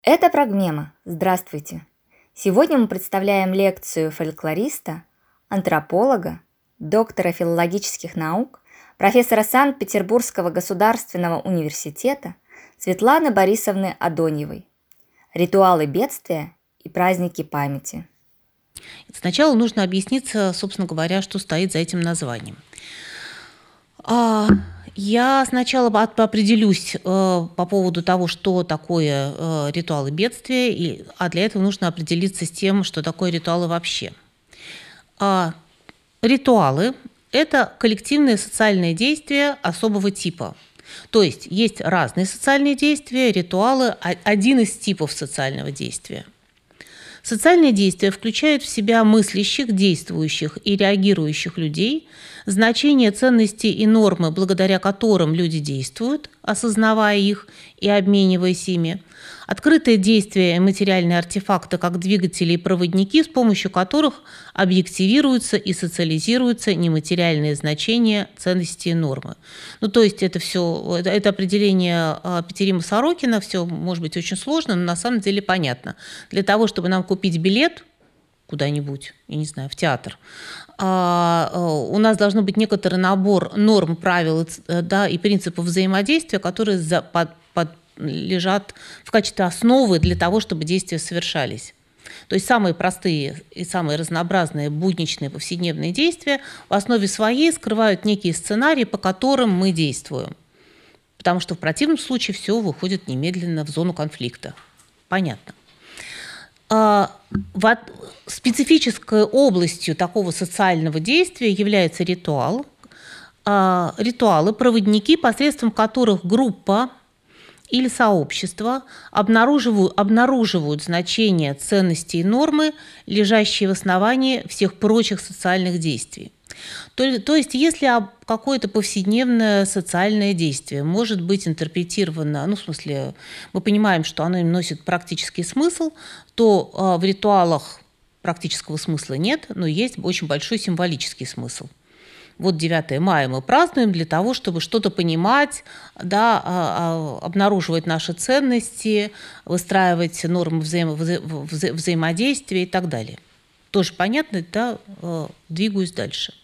Это Прогмема. Здравствуйте! Сегодня мы представляем лекцию фольклориста, антрополога, доктора филологических наук, профессора Санкт-Петербургского государственного университета Светланы Борисовны Адоньевой. Ритуалы бедствия и праздники памяти. Сначала нужно объясниться, собственно говоря, что стоит за этим названием. Я сначала определюсь по поводу того, что такое ритуалы бедствия, а для этого нужно определиться с тем, что такое ритуалы вообще. Ритуалы – это коллективные социальные действия особого типа. То есть есть разные социальные действия, ритуалы – один из типов социального действия. Социальные действия включают в себя мыслящих, действующих и реагирующих людей, значение ценностей и нормы, благодаря которым люди действуют, осознавая их и обмениваясь ими, открытые действия и материальные артефакты как двигатели и проводники, с помощью которых объективируются и социализируются нематериальные значения, ценности и нормы. То есть это все, это определение Петерима Сорокина, все может быть очень сложно, но на самом деле понятно. Для того, чтобы нам купить билет куда-нибудь, я не знаю, в театр, у нас должен быть некоторый набор норм, правил и принципов взаимодействия, которые лежат в качестве основы для того, чтобы действия совершались. То есть самые простые и самые разнообразные будничные повседневные действия в основе своей скрывают некие сценарии, по которым мы действуем. Потому что в противном случае все выходит немедленно в зону конфликта. Понятно. Специфической областью такого социального действия является ритуал. Ритуалы, проводники, посредством которых группа или сообщество обнаруживают значения, ценности и нормы, лежащие в основании всех прочих социальных действий. То есть, если какое-то повседневное социальное действие может быть интерпретировано, мы понимаем, что оно носит практический смысл, то в ритуалах практического смысла нет, но есть очень большой символический смысл. 9 мая мы празднуем для того, чтобы что-то понимать, обнаруживать наши ценности, выстраивать нормы взаимодействия и так далее. Тоже понятно, двигаюсь дальше.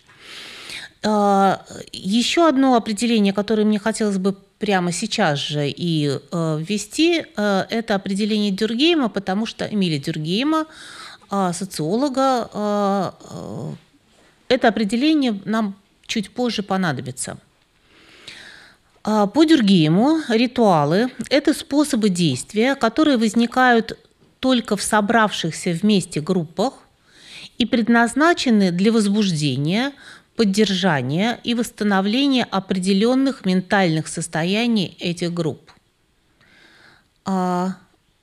Еще одно определение, которое мне хотелось бы прямо сейчас же и ввести, это определение Дюркгейма, потому что Эмиля Дюркгейма, социолога, это определение нам чуть позже понадобится. По Дюркгейму ритуалы – это способы действия, которые возникают только в собравшихся вместе группах и предназначены для возбуждения, поддержания и восстановления определенных ментальных состояний этих групп. То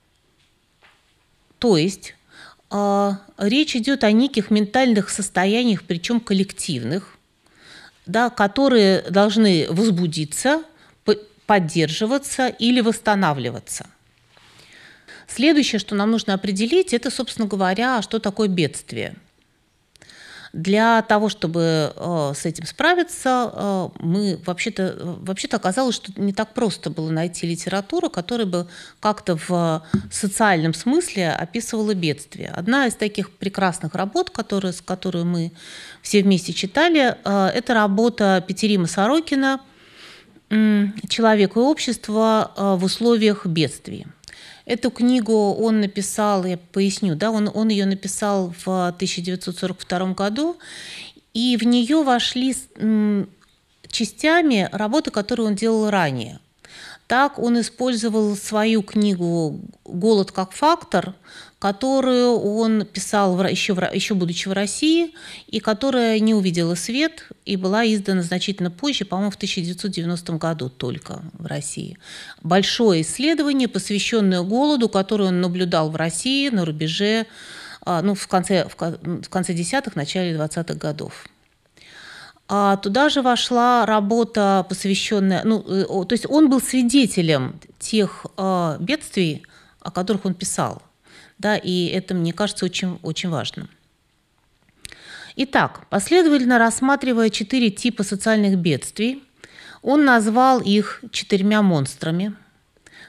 есть речь идет о неких ментальных состояниях, причем коллективных, которые должны возбудиться, поддерживаться или восстанавливаться. Следующее, что нам нужно определить, это, собственно говоря, что такое бедствие. Для того, чтобы с этим справиться, мы вообще-то оказалось, что не так просто было найти литературу, которая бы как-то в социальном смысле описывала бедствие. Одна из таких прекрасных работ, которую мы все вместе читали, это работа Петерима Сорокина «Человек и общество в условиях бедствий». Эту книгу он написал, я поясню, он ее написал в 1942 году, и в нее вошли частями работы, которые он делал ранее. Так он использовал свою книгу «Голод как фактор», которую он писал еще будучи в России, и которая не увидела свет и была издана значительно позже, по-моему, в 1990 году только в России. Большое исследование, посвященное голоду, который он наблюдал в России на рубеже, в конце десятых, начале 20-х годов. Туда же вошла работа, посвященная... то есть он был свидетелем тех бедствий, о которых он писал. И это, мне кажется, очень, очень важно. Итак, последовательно рассматривая 4 типа социальных бедствий, он назвал их 4 монстрами.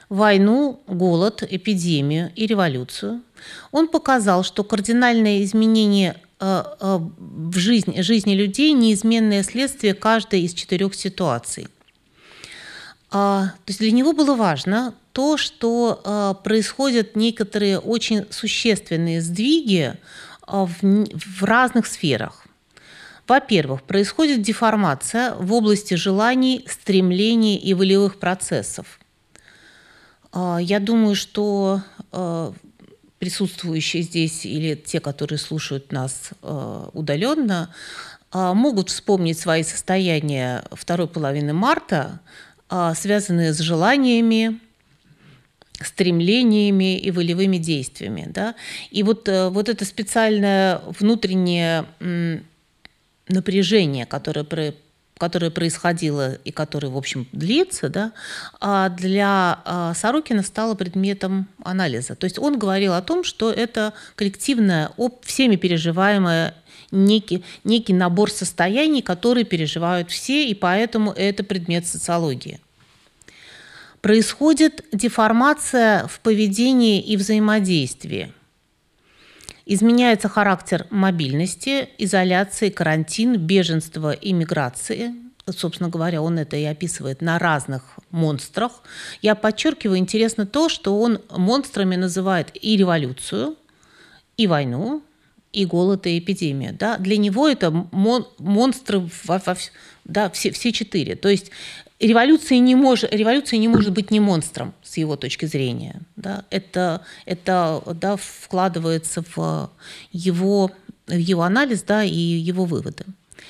войну, голод, эпидемию и революцию. Он показал, что кардинальное изменение в жизни людей – неизменное следствие каждой из 4 ситуаций. То есть для него было важно то, что происходят некоторые очень существенные сдвиги в разных сферах. Во-первых, происходит деформация в области желаний, стремлений и волевых процессов. Я думаю, что присутствующие здесь или те, которые слушают нас удаленно, могут вспомнить свои состояния второй половины марта, связанные с желаниями, стремлениями и волевыми действиями. Да? И вот это специальное внутреннее напряжение, которое происходило и которое, в общем, длится, да, для Сорокина стало предметом анализа. То есть он говорил о том, что это коллективное, всеми переживаемое некий набор состояний, которые переживают все, и поэтому это предмет социологии. Происходит деформация в поведении и взаимодействии. Изменяется характер мобильности, изоляции, карантин, беженства и миграции. Собственно говоря, он это и описывает на разных монстрах. Я подчеркиваю, интересно то, что он монстрами называет и революцию, и войну, и голод, и эпидемию. Да? Для него это монстры все 4. То есть революция не может быть не монстром с его точки зрения. Да? Это вкладывается в его анализ, да, и его выводы.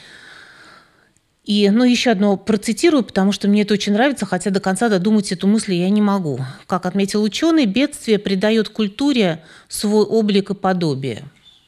И еще одно процитирую, потому что мне это очень нравится, хотя до конца додумать эту мысль я не могу. Как отметил ученый, бедствие придает культуре свой облик и подобие.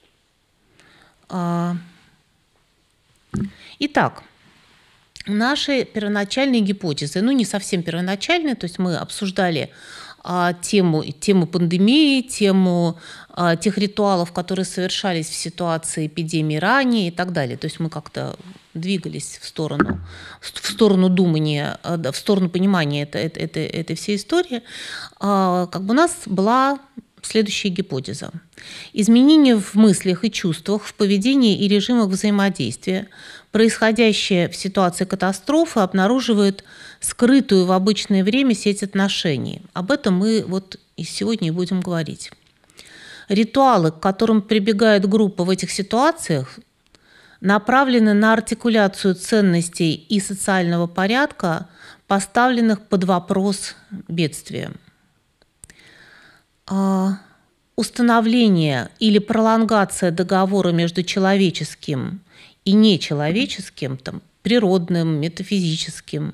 Итак, наши первоначальные гипотезы, не совсем первоначальные, то есть мы обсуждали тему пандемии, тему тех ритуалов, которые совершались в ситуации эпидемии ранее и так далее. То есть мы как-то двигались в сторону думания, в сторону понимания этой всей истории. У нас была следующая гипотеза. Изменения в мыслях и чувствах, в поведении и режимах взаимодействия, происходящее в ситуации катастрофы, обнаруживает скрытую в обычное время сеть отношений. Об этом мы и сегодня и будем говорить. Ритуалы, к которым прибегает группа в этих ситуациях, направлены на артикуляцию ценностей и социального порядка, поставленных под вопрос бедствием. Установление или пролонгация договора между человеческим и нечеловеческим, природным, метафизическим,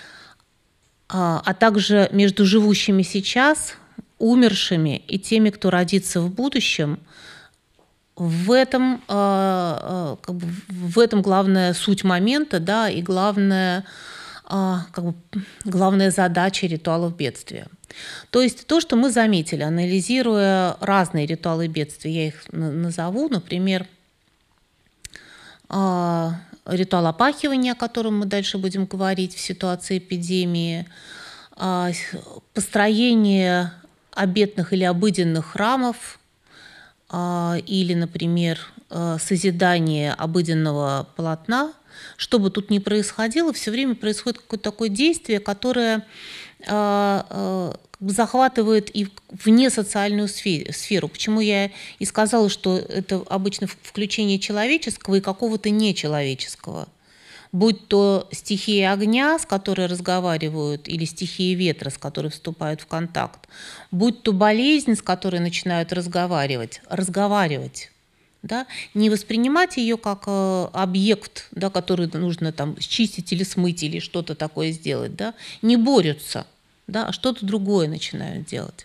а также между живущими сейчас, умершими и теми, кто родится в будущем, в этом главная суть момента, да, и главная задача ритуалов бедствия. То есть то, что мы заметили, анализируя разные ритуалы бедствия, я их назову, например, ритуал опахивания, о котором мы дальше будем говорить в ситуации эпидемии, построение обетных или обыденных храмов, или, например, созидание обыденного полотна. Что бы тут ни происходило, все время происходит какое-то такое действие, которое захватывает и вне социальную сферу. Почему я и сказала, что это обычно включение человеческого и какого-то нечеловеческого. Будь то стихии огня, с которой разговаривают, или стихии ветра, с которой вступают в контакт, будь то болезнь, с которой начинают разговаривать, да? Не воспринимать ее как объект, да, который нужно счистить или смыть, или что-то такое сделать, да? Не борются, да, а что-то другое начинают делать.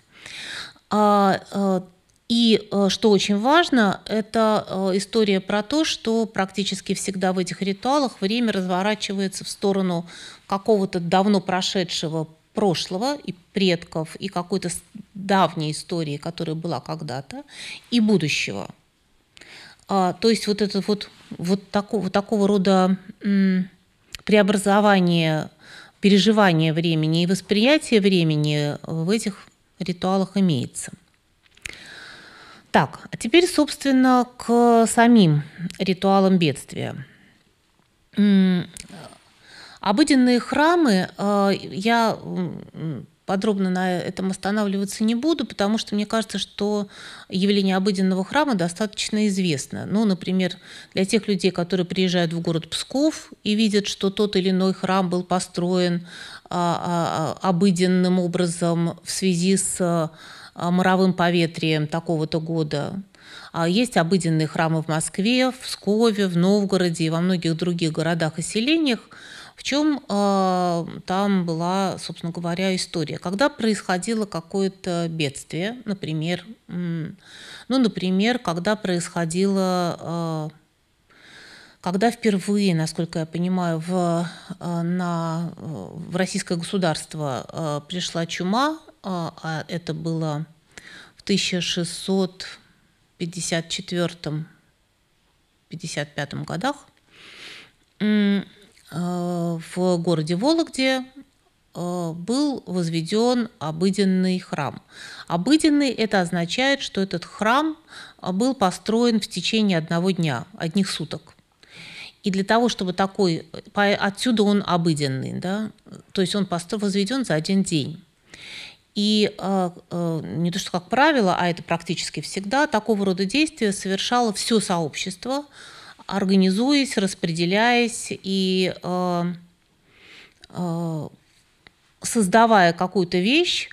И что очень важно, это история про то, что практически всегда в этих ритуалах время разворачивается в сторону какого-то давно прошедшего прошлого и предков, и какой-то давней истории, которая была когда-то, и будущего. То есть такого рода преобразование переживание времени и восприятие времени в этих ритуалах имеется. Так, а теперь, собственно, к самим ритуалам бедствия. Обыденные храмы, я подробно на этом останавливаться не буду, потому что мне кажется, что явление обыденного храма достаточно известно. Ну, например, для тех людей, которые приезжают в город Псков и видят, что тот или иной храм был построен обыденным образом в связи с моровым поветрием такого-то года. Есть обыденные храмы в Москве, в Пскове, в Новгороде и во многих других городах и селениях. В чем там была, собственно говоря, история? Когда происходило какое-то бедствие, например, когда впервые, насколько я понимаю, в российское государство пришла чума, а это было в 1654-55 годах, в городе Вологде был возведен обыденный храм. Обыденный – это означает, что этот храм был построен в течение одного дня, одних суток. И для того, чтобы отсюда он обыденный, да, то есть он возведен за один день. И не то что как правило, а это практически всегда, такого рода действия совершало все сообщество, организуясь, распределяясь и создавая какую-то вещь,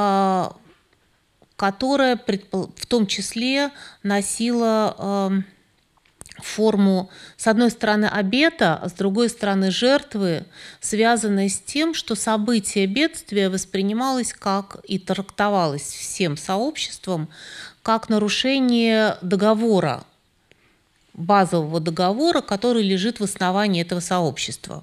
которая в том числе носила форму, с одной стороны, обета, а с другой стороны, жертвы, связанной с тем, что событие бедствия воспринималось как и трактовалось всем сообществом как нарушение договора, базового договора, который лежит в основании этого сообщества.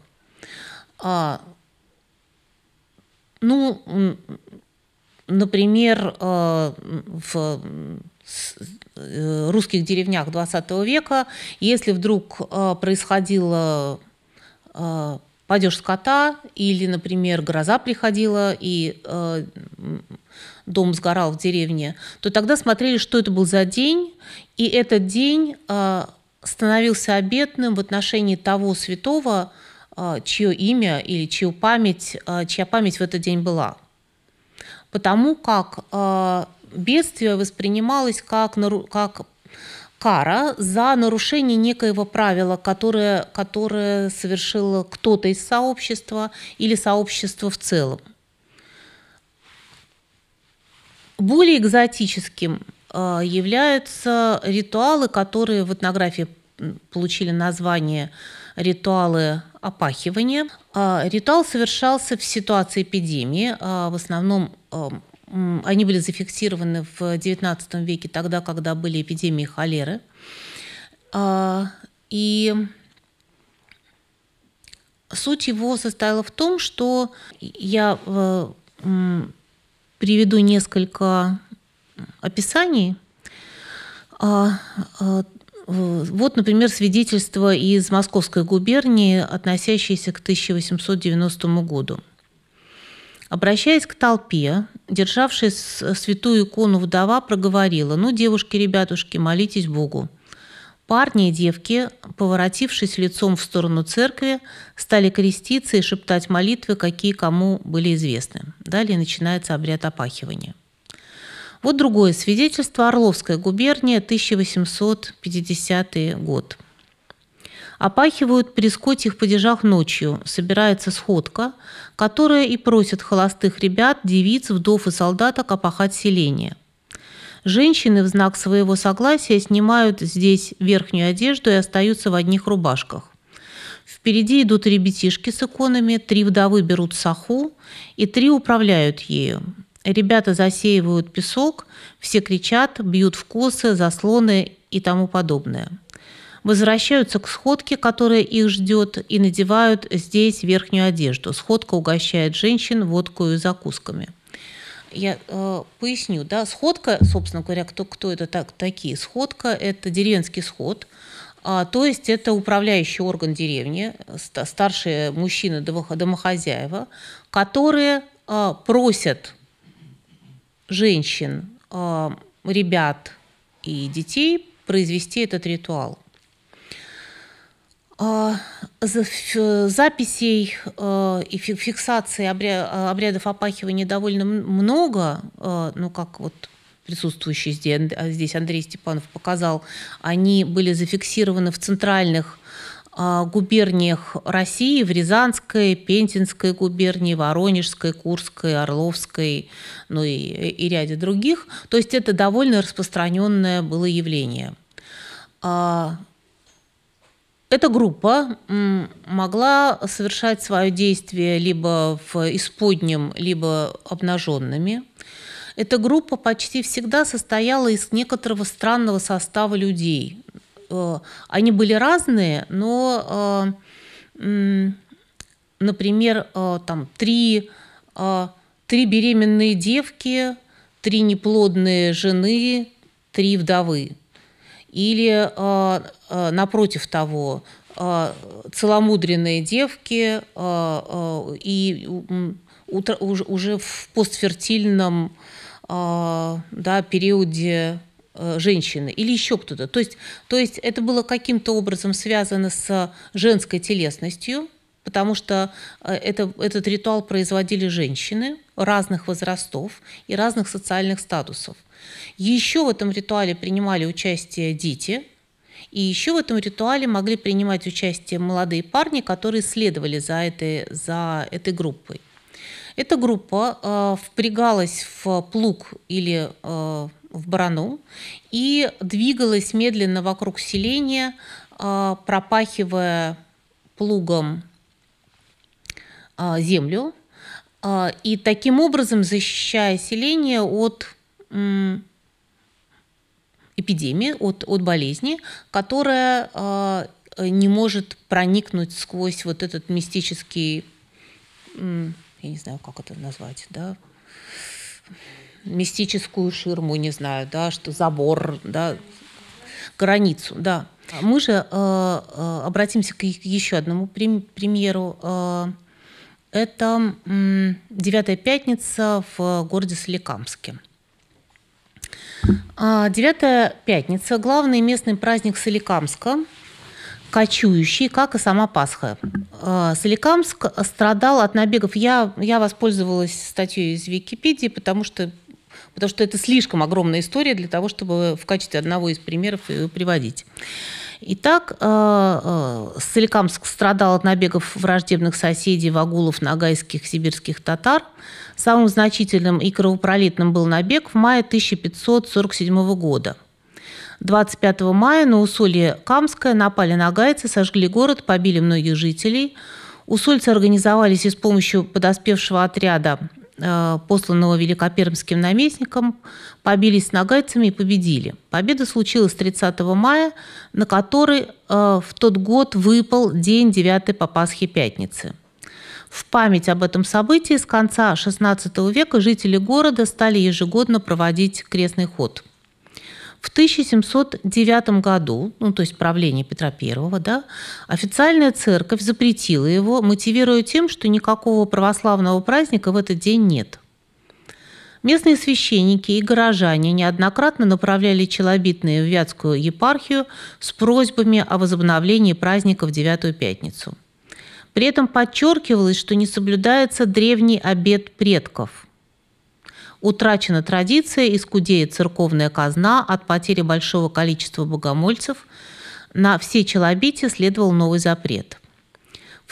Например, в русских деревнях XX века, если вдруг происходила падеж скота или, например, гроза приходила и дом сгорал в деревне, то тогда смотрели, что это был за день, и этот день становился обетным в отношении того святого, чье имя или чья память в этот день была. Потому как бедствие воспринималось как кара за нарушение некоего правила, которое совершило кто-то из сообщества или сообщество в целом. Более экзотическим являются ритуалы, которые в этнографии получили название ритуалы опахивания. Ритуал совершался в ситуации эпидемии. В основном они были зафиксированы в XIX веке, тогда, когда были эпидемии холеры. И суть его состояла в том, что я приведу несколько описаний. Вот, например, свидетельство из Московской губернии, относящееся к 1890 году. Обращаясь к толпе, державшая святую икону вдова, проговорила: «Ну, девушки, ребятушки, молитесь Богу». Парни и девки, поворотившись лицом в сторону церкви, стали креститься и шептать молитвы, какие кому были известны. Далее начинается обряд опахивания. Вот другое свидетельство. Орловская губерния, 1850 год. Опахивают при скотьих падежах ночью. Собирается сходка, которая и просит холостых ребят, девиц, вдов и солдаток опахать селение. Женщины в знак своего согласия снимают здесь верхнюю одежду и остаются в одних рубашках. Впереди идут ребятишки с иконами, 3 вдовы берут саху и 3 управляют ею. Ребята засеивают песок, все кричат, бьют в косы, заслоны и тому подобное. Возвращаются к сходке, которая их ждет, и надевают здесь верхнюю одежду. Сходка угощает женщин водкой и закусками. Я поясню, да, сходка, собственно говоря, кто это такие? Сходка – это деревенский сход, То есть это управляющий орган деревни, старшие мужчины, домохозяева, которые просят женщин, ребят и детей произвести этот ритуал. Записей и фиксаций обрядов опахивания довольно много, ну, как вот присутствующий здесь Андрей Степанов показал, они были зафиксированы в центральных губерниях России, в Рязанской, Пензенской губернии, Воронежской, Курской, Орловской, ну и ряде других. То есть это довольно распространенное было явление. Эта группа могла совершать свое действие либо в исподнем, либо обнаженными. Эта группа почти всегда состояла из некоторого странного состава людей. Они были разные, но, например, там три беременные девки, 3 неплодные жены, 3 вдовы. Или, напротив того, целомудренные девки и уже в постфертильном периоде женщины или еще кто-то. То есть это было каким-то образом связано с женской телесностью, потому что этот ритуал производили женщины разных возрастов и разных социальных статусов. Еще в этом ритуале принимали участие дети, и еще в этом ритуале могли принимать участие молодые парни, которые следовали за этой группой. Эта группа впрягалась в плуг или в барану и двигалась медленно вокруг селения, пропахивая плугом землю и таким образом защищая селение от эпидемии, от болезни, которая не может проникнуть сквозь вот этот мистический, я не знаю, как это назвать, да, мистическую ширму, не знаю, да, что забор, да, границу, да. Мы же обратимся к еще одному примеру. Это Девятая пятница в городе Соликамске. Девятая пятница – главный местный праздник Соликамска, кочующий, как и сама Пасха. Соликамск страдал от набегов. Я воспользовалась статьей из Википедии, потому что это слишком огромная история для того, чтобы в качестве одного из примеров ее приводить. Итак, Соликамск страдал от набегов враждебных соседей вагулов, ногайских, сибирских татар. Самым значительным и кровопролитным был набег в мае 1547 года. 25 мая на усолье Камское напали нагайцы, сожгли город, побили многих жителей. Усольцы организовались и с помощью подоспевшего отряда, посланного великопермским наместником, побились с нагайцами и победили. Победа случилась 30 мая, на который в тот год выпал день 9-й по Пасхе пятницы. В память об этом событии с конца XVI века жители города стали ежегодно проводить крестный ход. В 1709 году, то есть правление Петра I, официальная церковь запретила его, мотивируя тем, что никакого православного праздника в этот день нет. Местные священники и горожане неоднократно направляли челобитные в Вятскую епархию с просьбами о возобновлении праздника в Девятую пятницу. При этом подчеркивалось, что не соблюдается древний обет предков. Утрачена традиция и скудеет церковная казна от потери большого количества богомольцев. На все челобития следовал новый запрет. В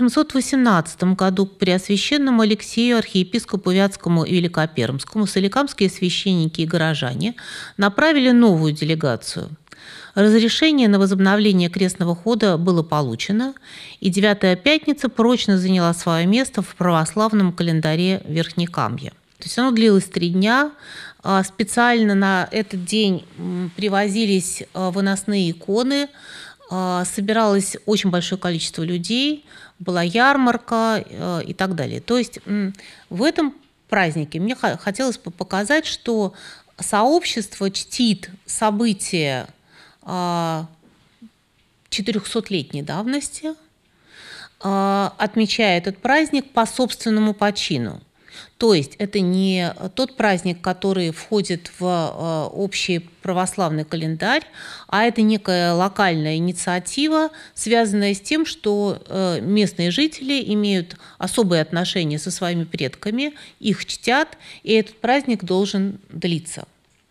1718 году к преосвященному Алексею, архиепископу Вятскому и Великопермскому, соликамские священники и горожане направили новую делегацию. Разрешение на возобновление крестного хода было получено, и Девятая пятница прочно заняла свое место в православном календаре Верхнекамья. То есть оно длилось 3 дня. Специально на этот день привозились выносные иконы, собиралось очень большое количество людей, была ярмарка и так далее. То есть в этом празднике мне хотелось бы показать, что сообщество чтит события 400-летней давности, отмечая этот праздник по собственному почину. То есть это не тот праздник, который входит в общий православный календарь, а это некая локальная инициатива, связанная с тем, что местные жители имеют особые отношения со своими предками, их чтят, и этот праздник должен длиться.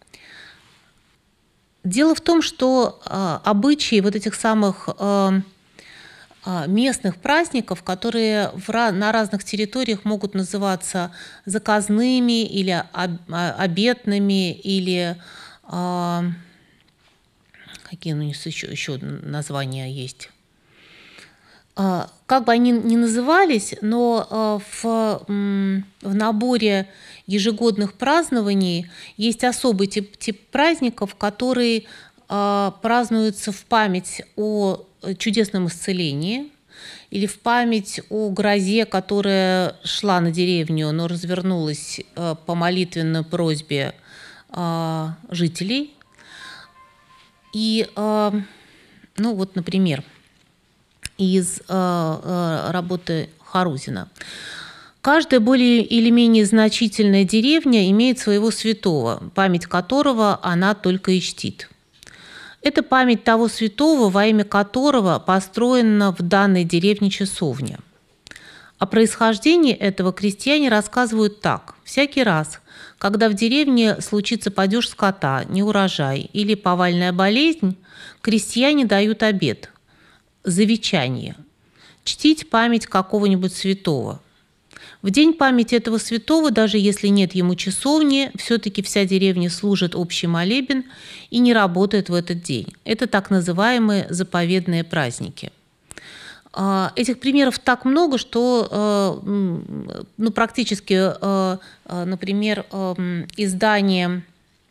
Дело в том, что обычаи вот этих самых местных праздников, которые на разных территориях могут называться заказными или обетными, или какие у них еще названия есть. Как бы они ни назывались, но в наборе ежегодных празднований есть особый тип праздников, которые празднуются в память о чудесном исцелении или в память о грозе, которая шла на деревню, но развернулась по молитвенной просьбе жителей. И, ну вот, например, из работы Харузина. Каждая более или менее значительная деревня имеет своего святого, память которого она только и чтит. Это память того святого, во имя которого построена в данной деревне часовня. О происхождении этого крестьяне рассказывают так. Всякий раз, когда в деревне случится падеж скота, неурожай или повальная болезнь, крестьяне дают обет, завещание, чтить память какого-нибудь святого. В день памяти этого святого, даже если нет ему часовни, все-таки вся деревня служит общий молебен и не работает в этот день. Это так называемые заповедные праздники. Этих примеров так много, что практически, например, издание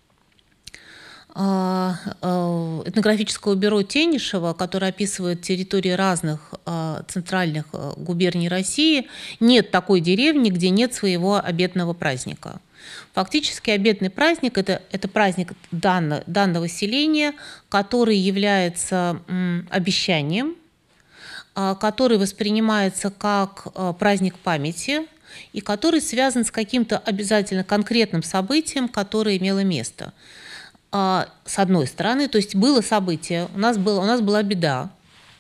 этнографического бюро Тенишева, которое описывает территории разных центральных губерний России, нет такой деревни, где нет своего обетного праздника. Фактически обетный праздник – это праздник данного селения, который является обещанием, который воспринимается как праздник памяти и который связан с каким-то обязательно конкретным событием, которое имело место. С одной стороны, то есть было событие, у нас была беда,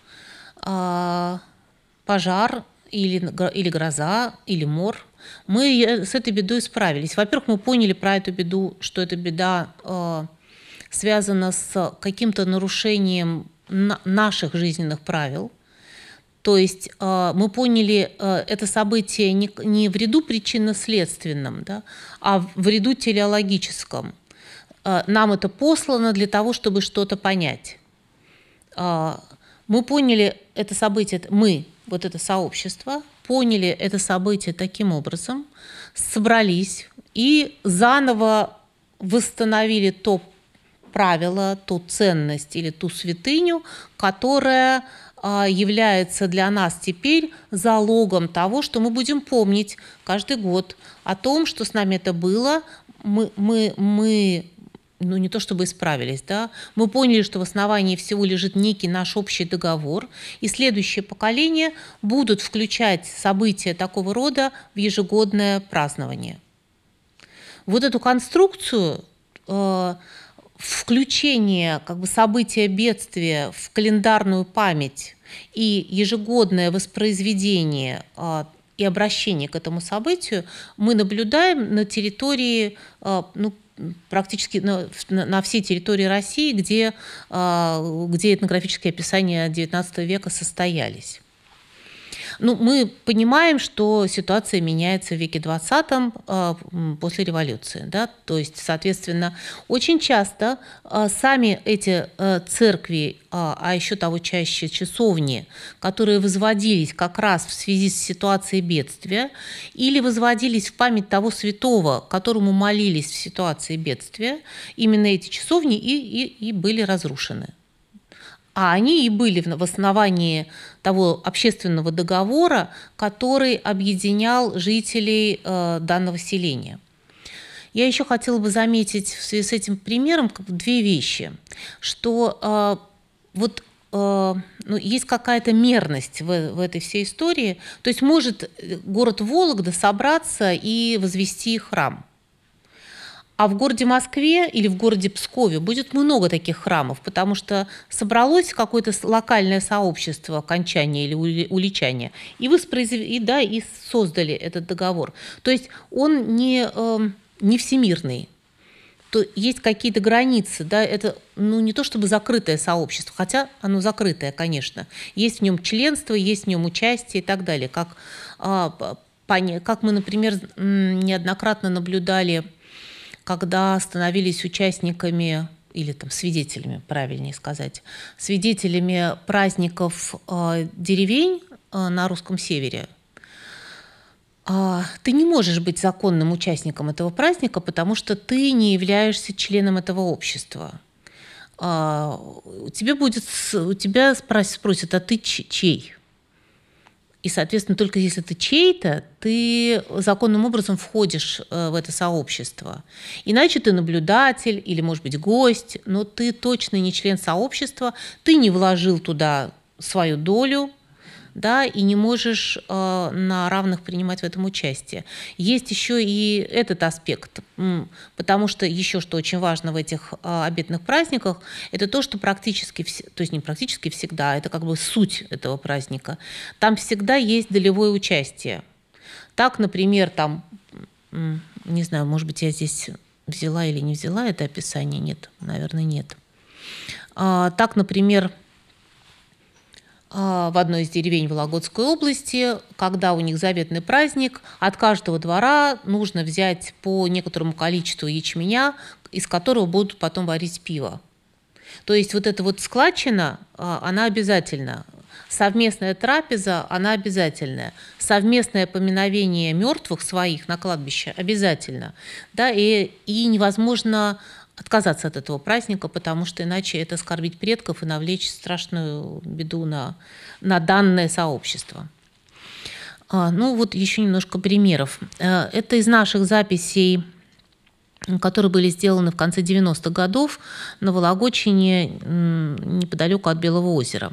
пожар или гроза, или мор. Мы с этой бедой справились. Во-первых, мы поняли про эту беду, что эта беда связана с каким-то нарушением наших жизненных правил. То есть мы поняли это событие не в ряду причинно-следственном, да, а в ряду телеологическом. Нам это послано для того, чтобы что-то понять. Мы поняли это событие, вот это сообщество, поняли это событие таким образом, собрались и заново восстановили то правило, ту ценность или ту святыню, которая является для нас теперь залогом того, что мы будем помнить каждый год о том, что с нами это было. Мы не то чтобы исправились, да, мы поняли, что в основании всего лежит некий наш общий договор, и следующее поколение будут включать события такого рода в ежегодное празднование. Вот эту конструкцию включение события бедствия в календарную память и ежегодное воспроизведение и обращение к этому событию мы наблюдаем на территории, практически на всей территории России, где этнографические описания XIX века состоялись. Мы понимаем, что ситуация меняется в веке XX после революции. Да? То есть, соответственно, очень часто сами эти церкви, а еще того чаще часовни, которые возводились как раз в связи с ситуацией бедствия или возводились в память того святого, которому молились в ситуации бедствия, именно эти часовни и были разрушены. А они и были в основании того общественного договора, который объединял жителей данного селения. Я еще хотела бы заметить в связи с этим примером две вещи, что вот есть какая-то мерность в этой всей истории. То есть может город Вологда собраться и возвести храм. А в городе Москве или в городе Пскове будет много таких храмов, потому что собралось какое-то локальное сообщество окончания или уличания, и и создали этот договор. То есть он не всемирный. То есть какие-то границы, да, это не то чтобы закрытое сообщество, хотя оно закрытое, конечно. Есть в нем членство, есть в нем участие и так далее. Как мы, например, неоднократно наблюдали, когда становились участниками, или там свидетелями, правильнее сказать, свидетелями праздников деревень на русском севере. Ты не можешь быть законным участником этого праздника, потому что ты не являешься членом этого общества. Тебя спросят, а ты чей? И, соответственно, только если ты чей-то, ты законным образом входишь в это сообщество. Иначе ты наблюдатель или, может быть, гость, но ты точно не член сообщества, ты не вложил туда свою долю, да, и не можешь на равных принимать в этом участие. Есть еще и этот аспект, потому что еще что очень важно в этих обетных праздниках, это то, что практически, то есть не практически всегда, это как бы суть этого праздника. Там всегда есть долевое участие. Так, например, там, не знаю, может быть, я здесь взяла или не взяла это описание, нет, наверное, нет. Так, например, в одной из деревень Вологодской области, когда у них заветный праздник, от каждого двора нужно взять по некоторому количеству ячменя, из которого будут потом варить пиво. То есть вот эта вот складчина, она обязательна. Совместная трапеза, она обязательная. Совместное поминовение мертвых своих на кладбище обязательно. Да, и невозможно отказаться от этого праздника, потому что иначе это оскорбить предков и навлечь страшную беду на данное сообщество. Вот еще немножко примеров. Это из наших записей, которые были сделаны в конце 90-х годов на Вологодчине, неподалеку от Белого озера.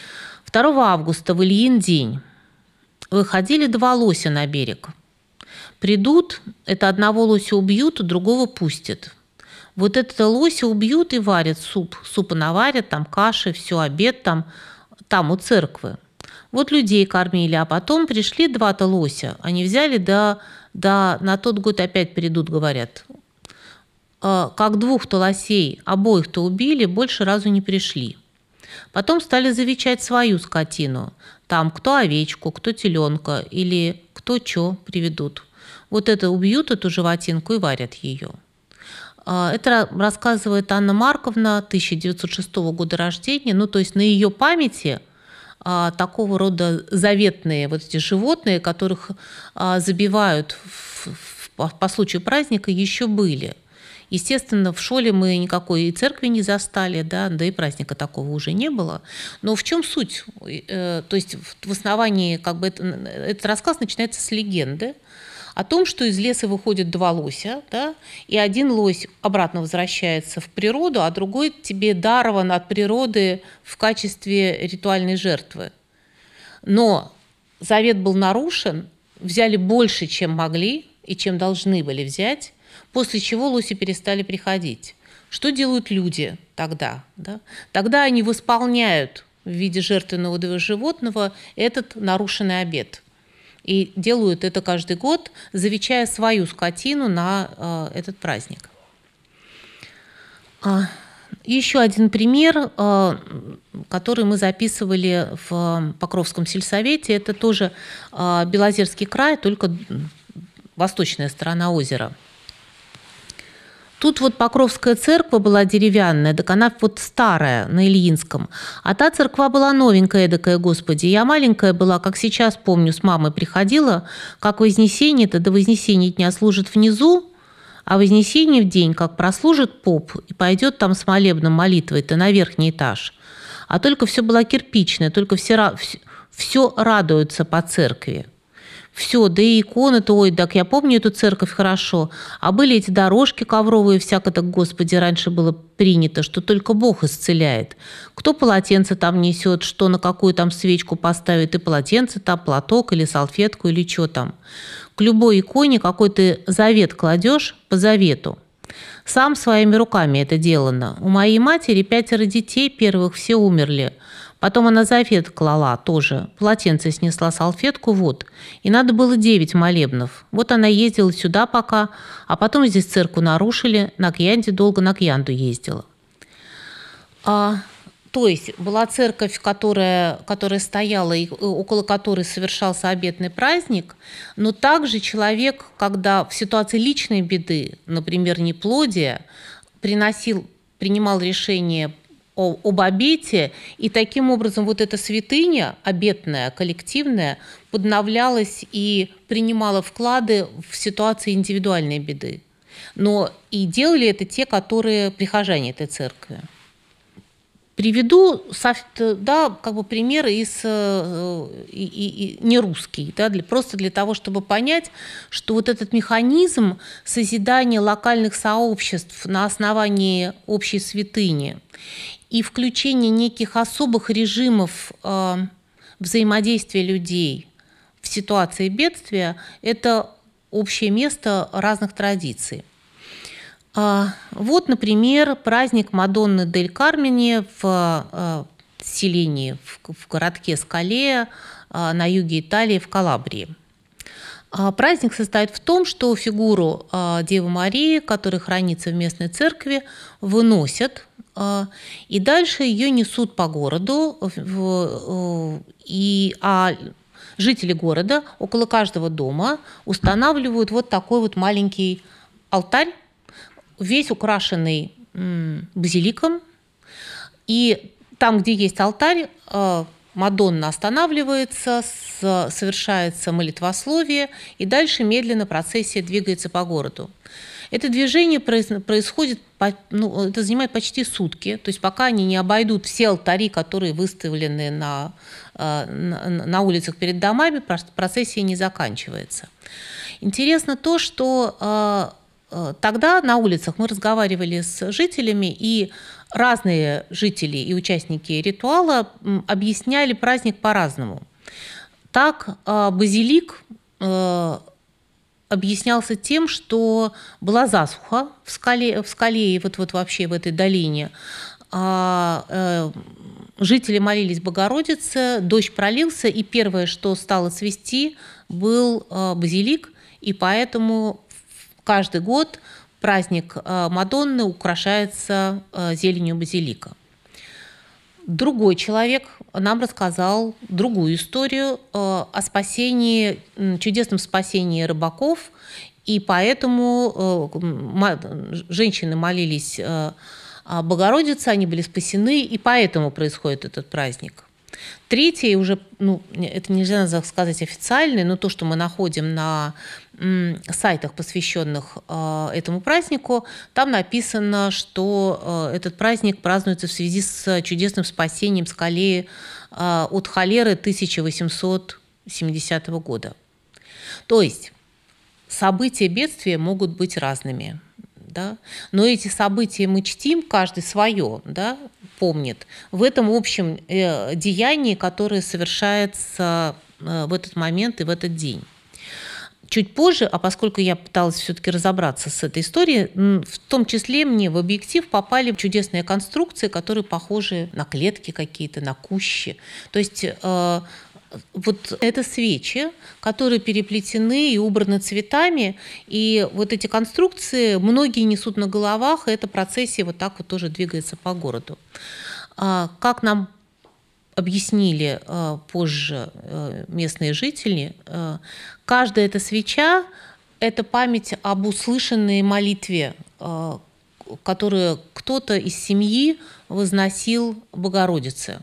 2 августа в Ильин день выходили 2 лося на берег. Придут, это одного лося убьют, другого пустят. Вот это лося убьют и варят суп. Супа наварят, там каши, все, обед там у церкви. Вот людей кормили, а потом пришли 2 лося. Они взяли, на тот год опять придут, говорят. Как 2 лосей, обоих-то убили, больше разу не пришли. Потом стали завечать свою скотину. Там кто овечку, кто теленка или кто что приведут. Вот это убьют, эту животинку, и варят ее. Это рассказывает Анна Марковна, 1906 года рождения. То есть на ее памяти такого рода заветные вот эти животные, которых забивают по случаю праздника, еще были. Естественно, в школе мы никакой и церкви не застали, да и праздника такого уже не было. Но в чем суть? То есть в основании этот рассказ начинается с легенды о том, что из леса выходят 2 лося, да, и один лось обратно возвращается в природу, а другой тебе дарован от природы в качестве ритуальной жертвы. Но завет был нарушен, взяли больше, чем могли и чем должны были взять, после чего лоси перестали приходить. Что делают люди тогда? Да? Тогда они восполняют в виде жертвенного животного этот нарушенный обет. И делают это каждый год, завечая свою скотину на этот праздник. Еще один пример, который мы записывали в Покровском сельсовете, это тоже Белозерский край, только восточная сторона озера. Тут вот Покровская церковь была деревянная, так она вот старая, на Ильинском. А та церква была новенькая, эдакая, Господи. Я маленькая была, как сейчас помню, с мамой приходила, как Вознесение-то до Вознесения дня служит внизу, а Вознесение в день, как прослужит поп, и пойдет там с молебном молитвой-то на верхний этаж. А только все было кирпичное, только все радуются по церкви. Все, да и иконы-то, ой, так я помню эту церковь хорошо. А были эти дорожки ковровые, всяко так, Господи, раньше было принято, что только Бог исцеляет. Кто полотенце там несет, что на какую там свечку поставит, и полотенце там, платок или салфетку, или что там. К любой иконе какой-то завет кладешь по завету. Сам своими руками это делано. У моей матери 5 детей, первых все умерли. Потом она завет клала тоже. Полотенце снесла, салфетку, вот. И надо было 9 молебнов. Вот она ездила сюда пока, а потом здесь церковь нарушили. На Кьянде долго на Кьянду ездила. То есть была церковь, которая стояла, и около которой совершался обетный праздник, но также человек, когда в ситуации личной беды, например, неплодия, принимал решение об обете, и таким образом вот эта святыня, обетная, коллективная, подновлялась и принимала вклады в ситуации индивидуальной беды. Но и делали это те, которые прихожане этой церкви. Приведу пример не русский, просто для того, чтобы понять, что вот этот механизм созидания локальных сообществ на основании общей святыни и включения неких особых режимов взаимодействия людей в ситуации бедствия – это общее место разных традиций. Вот, например, праздник Мадонны дель Кармене в селении, в городке Скалея на юге Италии, в Калабрии. Праздник состоит в том, что фигуру Девы Марии, которая хранится в местной церкви, выносят, и дальше ее несут по городу, а жители города около каждого дома устанавливают вот такой вот маленький алтарь, весь украшенный базиликом. И там, где есть алтарь, Мадонна останавливается, совершается молитвословие, и дальше медленно процессия двигается по городу. Это движение происходит, это занимает почти сутки, то есть пока они не обойдут все алтари, которые выставлены на улицах перед домами, процессия не заканчивается. Интересно то, что тогда на улицах мы разговаривали с жителями, и разные жители и участники ритуала объясняли праздник по-разному. Так, базилик объяснялся тем, что была засуха в скале и вот вообще в этой долине. Жители молились Богородице, дождь пролился, и первое, что стало цвести, был базилик, и поэтому каждый год праздник Мадонны украшается зеленью базилика. Другой человек нам рассказал другую историю о чудесном спасении рыбаков, и поэтому женщины молились Богородице, они были спасены, и поэтому происходит этот праздник. Третий уже, это нельзя сказать официальный, но то, что мы находим на сайтах, посвященных этому празднику, там написано, что этот праздник празднуется в связи с чудесным спасением Скалеи от холеры 1870 года. То есть события бедствия могут быть разными. Да? Но эти события мы чтим, каждый свое, да, помнит, в этом общем деянии, которое совершается в этот момент и в этот день. Чуть позже, а поскольку я пыталась все-таки разобраться с этой историей, в том числе мне в объектив попали чудесные конструкции, которые похожи на клетки какие-то, на кущи. То есть вот это свечи, которые переплетены и убраны цветами, и вот эти конструкции многие несут на головах, и эта процессия вот так вот тоже двигается по городу. Как нам объяснили позже местные жители, каждая эта свеча – это память об услышанной молитве, которую кто-то из семьи возносил Богородице.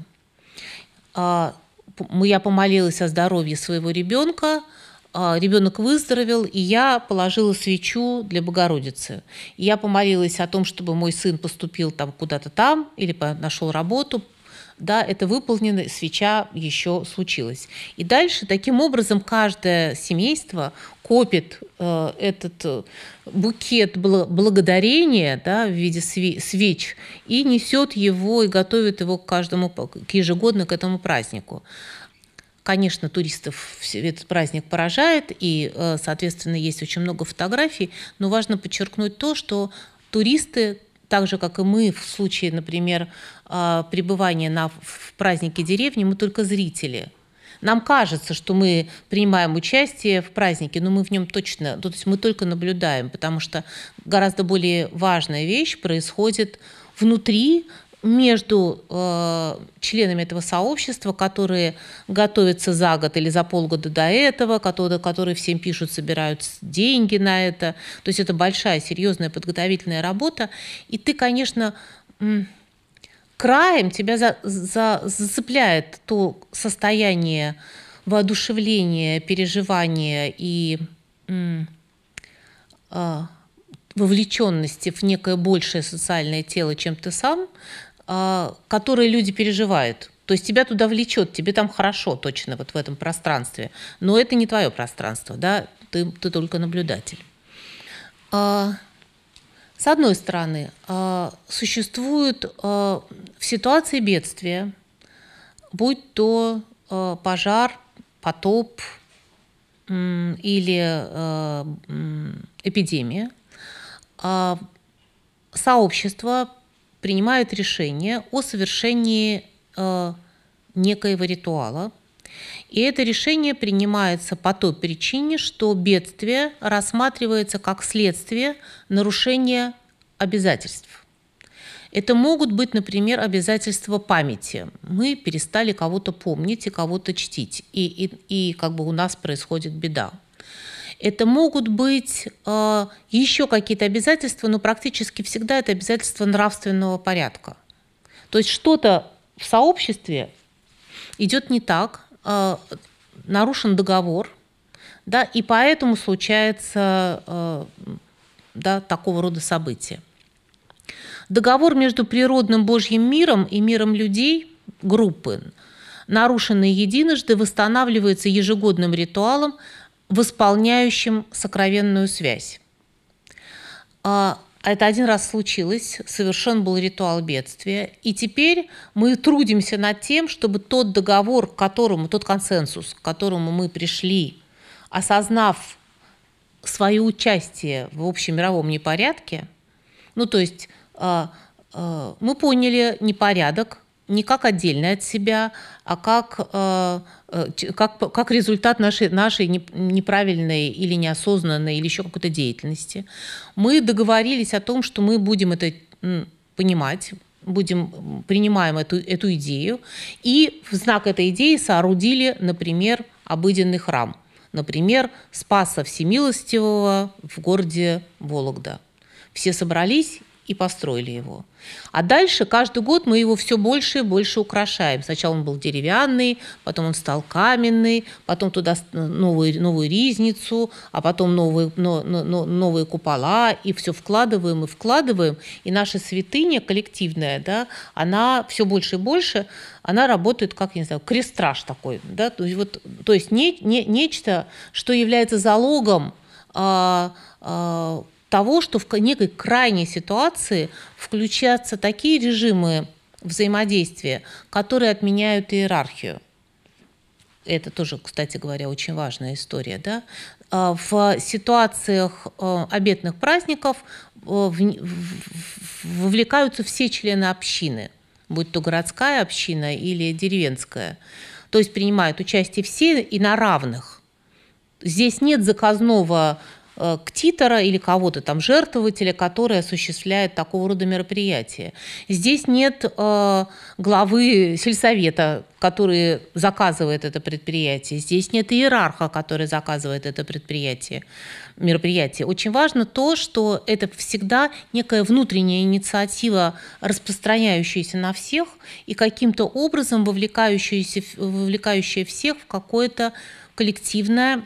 Я помолилась о здоровье своего ребенка, ребенок выздоровел, и я положила свечу для Богородицы. И я помолилась о том, чтобы мой сын поступил там куда-то там или нашел работу. да, это выполнено, свеча еще случилась. И дальше таким образом каждое семейство копит этот букет благодарения, да, в виде свеч и несет его и готовит его ежегодно к этому празднику. Конечно, туристов этот праздник поражает, и, соответственно, есть очень много фотографий, но важно подчеркнуть то, что туристы, так же, как и мы в случае, например, пребывания в празднике деревни, мы только зрители. Нам кажется, что мы принимаем участие в празднике, но мы в нем точно, то есть мы только наблюдаем, потому что гораздо более важная вещь происходит внутри, между членами этого сообщества, которые готовятся за год или за полгода до этого, которые всем пишут, собирают деньги на это. То есть это большая, серьезная подготовительная работа. И ты, конечно, краем тебя зацепляет то состояние воодушевления, переживания и вовлеченности в некое большее социальное тело, чем ты сам, которые люди переживают. То есть тебя туда влечет, тебе там хорошо точно вот в этом пространстве, но это не твое пространство, да? Ты только наблюдатель. С одной стороны, существует в ситуации бедствия, будь то пожар, потоп или эпидемия, сообщество принимает решение о совершении некоего ритуала. И это решение принимается по той причине, что бедствие рассматривается как следствие нарушения обязательств. Это могут быть, например, обязательства памяти. Мы перестали кого-то помнить и кого-то чтить, и как бы у нас происходит беда. Это могут быть еще какие-то обязательства, но практически всегда это обязательства нравственного порядка. То есть что-то в сообществе идет не так, нарушен договор, да, и поэтому случается такого рода события. Договор между природным Божьим миром и миром людей, группы, нарушенный единожды, восстанавливается ежегодным ритуалом, восполняющим сокровенную связь. Это один раз случилось, совершен был ритуал бедствия, и теперь мы трудимся над тем, чтобы тот договор, тот консенсус, к которому мы пришли, осознав свое участие в общемировом непорядке, то есть мы поняли непорядок не как отдельный от себя, а как результат нашей неправильной или неосознанной или еще какой-то деятельности. Мы договорились о том, что мы будем это понимать, принимаем эту идею, и в знак этой идеи соорудили, например, обыденный храм, например, Спаса Всемилостивого в городе Вологда. Все собрались и построили его. А дальше каждый год мы его все больше и больше украшаем. Сначала он был деревянный, потом он стал каменный, потом туда новую ризницу, а потом новые купола, и все вкладываем и вкладываем. И наша святыня коллективная, да, она все больше и больше, она работает как, не знаю, крестраж такой. Да? То есть нечто, что является залогом того, что в некой крайней ситуации включаются такие режимы взаимодействия, которые отменяют иерархию. Это тоже, кстати говоря, очень важная история. Да? В ситуациях обетных праздников вовлекаются все члены общины, будь то городская община или деревенская. То есть принимают участие все и на равных. Здесь нет заказного ктитора или кого-то там, жертвователя, который осуществляет такого рода мероприятия. Здесь нет главы сельсовета, который заказывает это предприятие. Здесь нет иерарха, который заказывает это мероприятие. Очень важно то, что это всегда некая внутренняя инициатива, распространяющаяся на всех и каким-то образом вовлекающая всех в какое-то коллективное,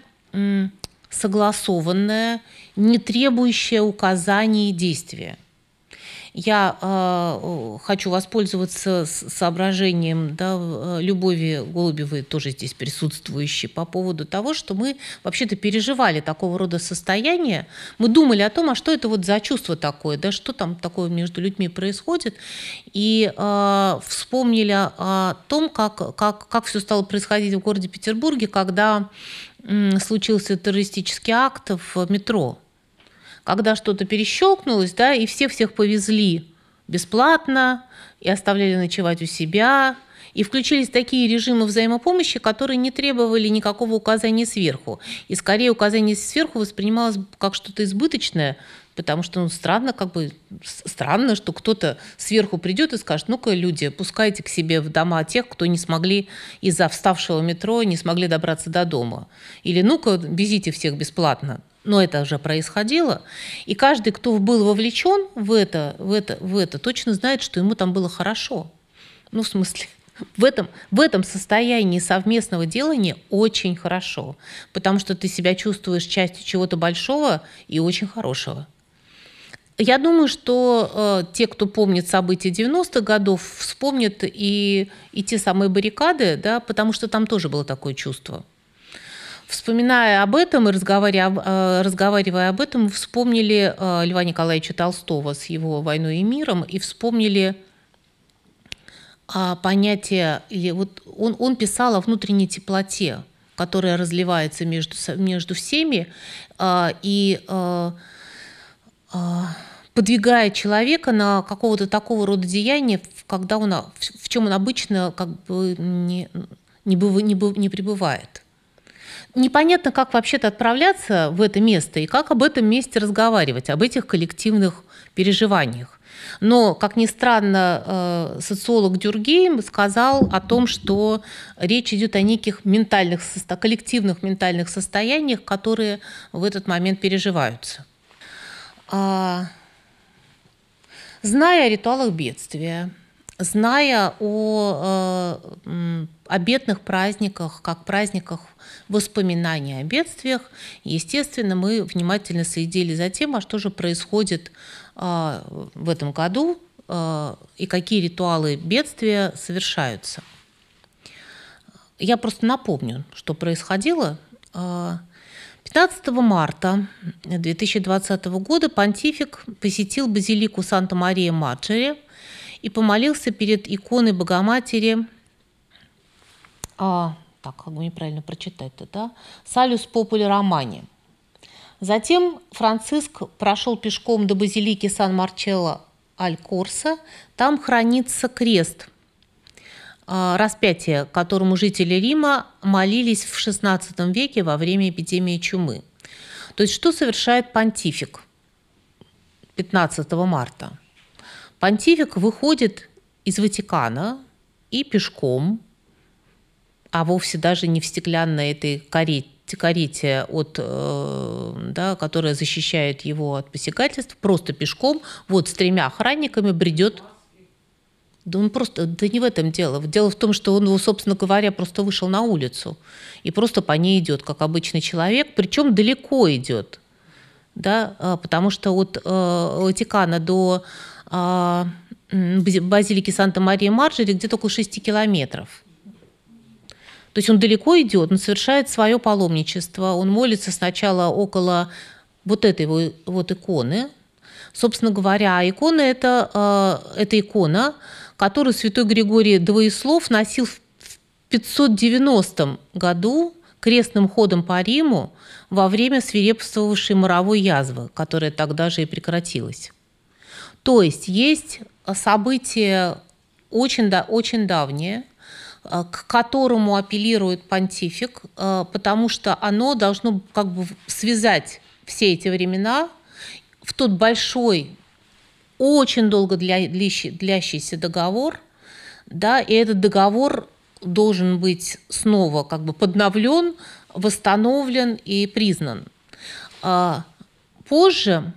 согласованное, не требующее указаний действия. я хочу воспользоваться соображением, да, Любови Голубевой, тоже здесь присутствующей, по поводу того, что мы вообще-то переживали такого рода состояние. Мы думали о том, а что это вот за чувство такое, да, что там такое между людьми происходит, и вспомнили о том, как все стало происходить в городе Петербурге, когда случился террористический акт в метро. Когда что-то перещелкнулось, да, и всех повезли бесплатно, и оставляли ночевать у себя, и включились такие режимы взаимопомощи, которые не требовали никакого указания сверху. И скорее указание сверху воспринималось как что-то избыточное, потому что странно, что кто-то сверху придет и скажет: ну-ка, люди, пускайте к себе в дома тех, кто не смогли из-за вставшего метро, не смогли добраться до дома. Или ну-ка, везите всех бесплатно. Но это уже происходило, и каждый, кто был вовлечен в это, точно знает, что ему там было хорошо. Ну, в смысле, в этом состоянии совместного делания очень хорошо, потому что ты себя чувствуешь частью чего-то большого и очень хорошего. Я думаю, что те, кто помнит события 90-х годов, вспомнят и те самые баррикады, да, потому что там тоже было такое чувство. Вспоминая об этом и разговаривая об этом, вспомнили Льва Николаевича Толстого с его «Войной и миром» и вспомнили понятие, или вот он писал о внутренней теплоте, которая разливается между всеми и подвигает человека на какого-то такого рода деяния, в чем он обычно не пребывает. Непонятно, как вообще-то отправляться в это место и как об этом месте разговаривать, об этих коллективных переживаниях. Но, как ни странно, социолог Дюргейм сказал о том, что речь идет о неких коллективных ментальных состояниях, которые в этот момент переживаются. Зная о ритуалах бедствия, зная о обетных праздниках, как праздниках воспоминаний о бедствиях, естественно, мы внимательно следили за тем, а что же происходит в этом году и какие ритуалы бедствия совершаются. Я просто напомню, что происходило. 15 марта 2020 года понтифик посетил базилику Санта-Мария-Маджоре и помолился перед иконой Богоматери, как бы неправильно прочитать-то, да? «Салюс попули Романи». Затем Франциск прошел пешком до базилики Сан-Марчелло аль Корсо. Там хранится крест, распятие, которому жители Рима молились в XVI веке во время эпидемии чумы. То есть что совершает понтифик 15 марта? Понтифик выходит из Ватикана и пешком, а вовсе даже не в стеклянной этой карете, которая защищает его от посягательств, просто пешком, вот с 3 охранниками бредет. Да не в этом дело. Дело в том, что он, собственно говоря, просто вышел на улицу и просто по ней идет, как обычный человек, причем далеко идет, да, потому что от Ватикана до базилики Санта-Мария-Маджоре где-то около 6 километров. То есть он далеко идет, он совершает свое паломничество, он молится сначала около вот этой вот иконы. Собственно говоря, икона это икона, которую святой Григорий Двоеслов носил в 590 году крестным ходом по Риму во время свирепствовавшей моровой язвы, которая тогда же и прекратилась. То есть событие очень давнее, к которому апеллирует понтифик, потому что оно должно как бы связать все эти времена в тот большой, очень долго длящийся договор, да, и этот договор должен быть снова как бы подновлен, восстановлен и признан. Позже,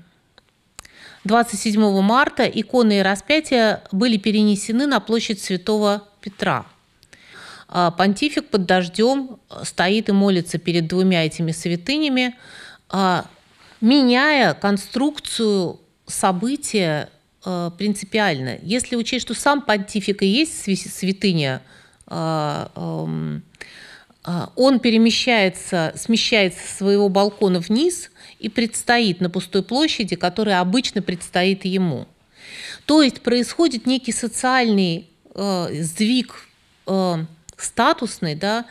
27 марта, иконы и распятия были перенесены на площадь Святого Петра. Понтифик под дождем стоит и молится перед 2 этими святынями, меняя конструкцию события принципиально. Если учесть, что сам понтифик и есть святыня, он смещается с своего балкона вниз и предстоит на пустой площади, которая обычно предстоит ему. То есть происходит некий социальный сдвиг статусный, да,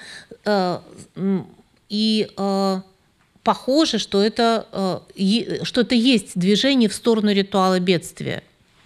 и похоже, что это есть движение в сторону ритуала бедствия.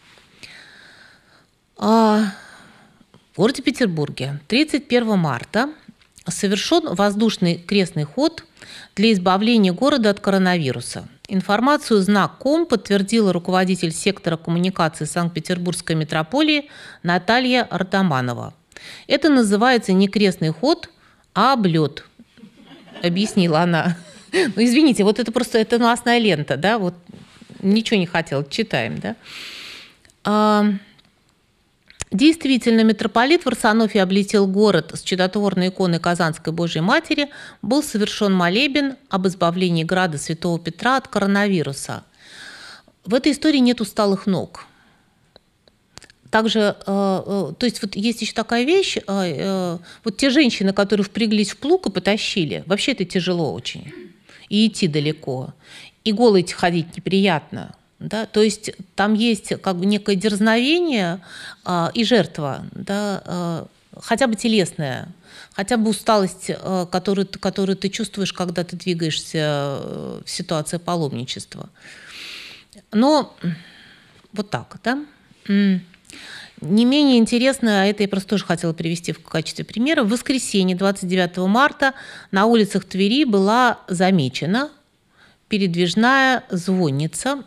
В городе Петербурге 31 марта совершен воздушный крестный ход для избавления города от коронавируса. Информацию знак.ком подтвердила руководитель сектора коммуникации Санкт-Петербургской метрополии Наталья Артаманова. Это называется не крестный ход, а облет, объяснила она. Ну, извините, вот это просто это новостная лента, да, вот ничего не хотел, читаем, да. Действительно, митрополит Варсонофий облетел город с чудотворной иконой Казанской Божьей Матери, был совершен молебен об избавлении града Святого Петра от коронавируса. В этой истории нет усталых ног. Также, то есть вот есть еще такая вещь, вот те женщины, которые впряглись в плуг и потащили, вообще это тяжело очень, и идти далеко, и голой ходить неприятно. Да, то есть там есть как бы некое дерзновение и жертва, да, хотя бы телесная, хотя бы усталость, которую ты чувствуешь, когда ты двигаешься в ситуации паломничества. Но вот так, да. Не менее интересно, это я просто тоже хотела привести в качестве примера, в воскресенье 29 марта на улицах Твери была замечена передвижная звонница.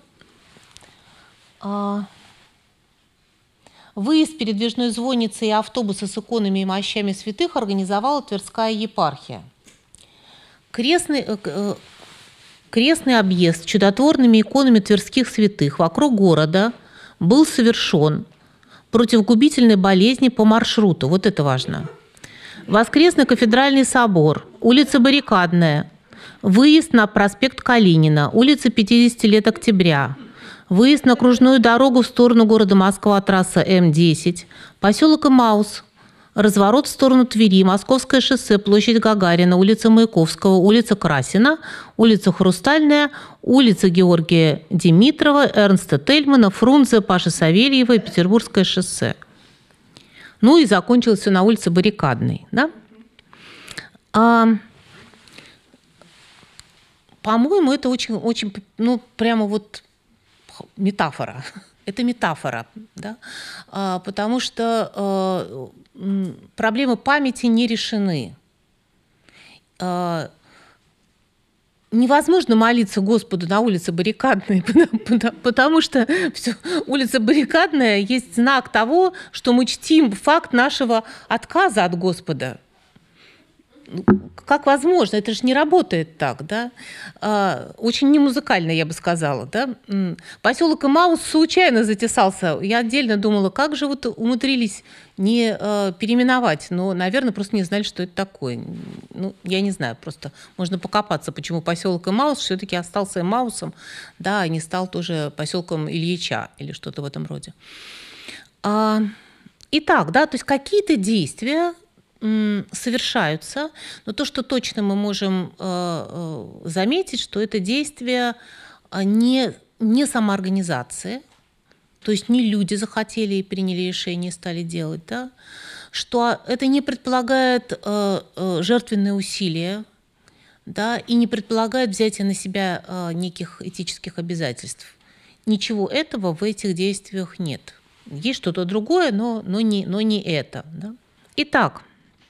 Выезд передвижной звонницы и автобуса с иконами и мощами святых организовала Тверская епархия. Крестный объезд чудотворными иконами тверских святых вокруг города был совершен против губительной болезни по маршруту. Вот это важно. Воскресный кафедральный собор, улица Баррикадная, выезд на проспект Калинина, улица 50 лет октября, выезд на окружную дорогу в сторону города Москва, трасса М10, поселок Имаус, разворот в сторону Твери, Московское шоссе, площадь Гагарина, улица Маяковского, улица Красина, улица Хрустальная, улица Георгия Димитрова, Эрнста Тельмана, Фрунзе, Паши Савельева и Петербургское шоссе. Ну и закончилось все на улице Баррикадной. Да? По-моему, это очень, ну, прямо вот метафора. Это метафора, да? Потому что проблемы памяти не решены. Невозможно молиться Господу на улице Баррикадной, потому что улица Баррикадная есть знак того, что мы чтим факт нашего отказа от Господа. Как возможно? Это же не работает так, да? Очень немузыкально, я бы сказала, да? Поселок Имаус случайно затесался. Я отдельно думала, как же вот умудрились не переименовать, но, наверное, просто не знали, что это такое. Ну, я не знаю, просто можно покопаться, почему поселок Имаус все-таки остался Имаусом, да, и не стал тоже поселком Ильича или что-то в этом роде. Итак, да, то есть какие-то действия совершаются, но то, что точно мы можем заметить, что это действие не самоорганизации, то есть не люди захотели и приняли решение и стали делать, да, что это не предполагает жертвенные усилия, да, и не предполагает взятие на себя неких этических обязательств. Ничего этого в этих действиях нет. Есть что-то другое, но не это. Да. Итак,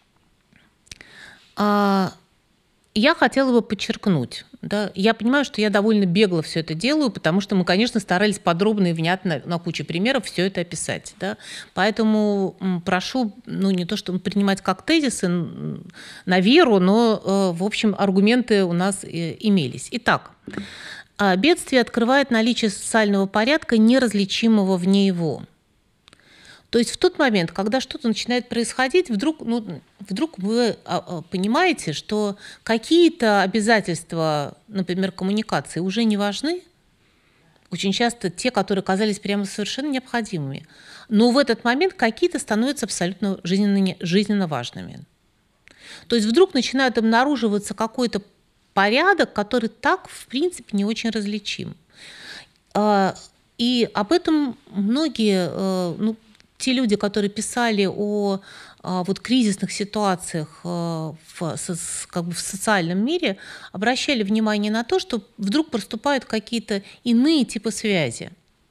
я хотела бы подчеркнуть, да, я понимаю, что я довольно бегло все это делаю, потому что мы, конечно, старались подробно и внятно на куче примеров все это описать. Да. Поэтому прошу, ну, не то чтобы принимать как тезисы на веру, но, в общем, аргументы у нас имелись. Итак, бедствие открывает наличие социального порядка, неразличимого вне его. То есть в тот момент, когда что-то начинает происходить, вдруг вы понимаете, что какие-то обязательства, например, коммуникации уже не важны, очень часто те, которые казались прямо совершенно необходимыми. Но в этот момент какие-то становятся абсолютно жизненно важными. То есть вдруг начинает обнаруживаться какой-то порядок, который так, в принципе, не очень различим. И об этом многие, те люди, которые писали о вот кризисных ситуациях в социальном мире, обращали внимание на то, что вдруг проступают какие-то иные типы связи.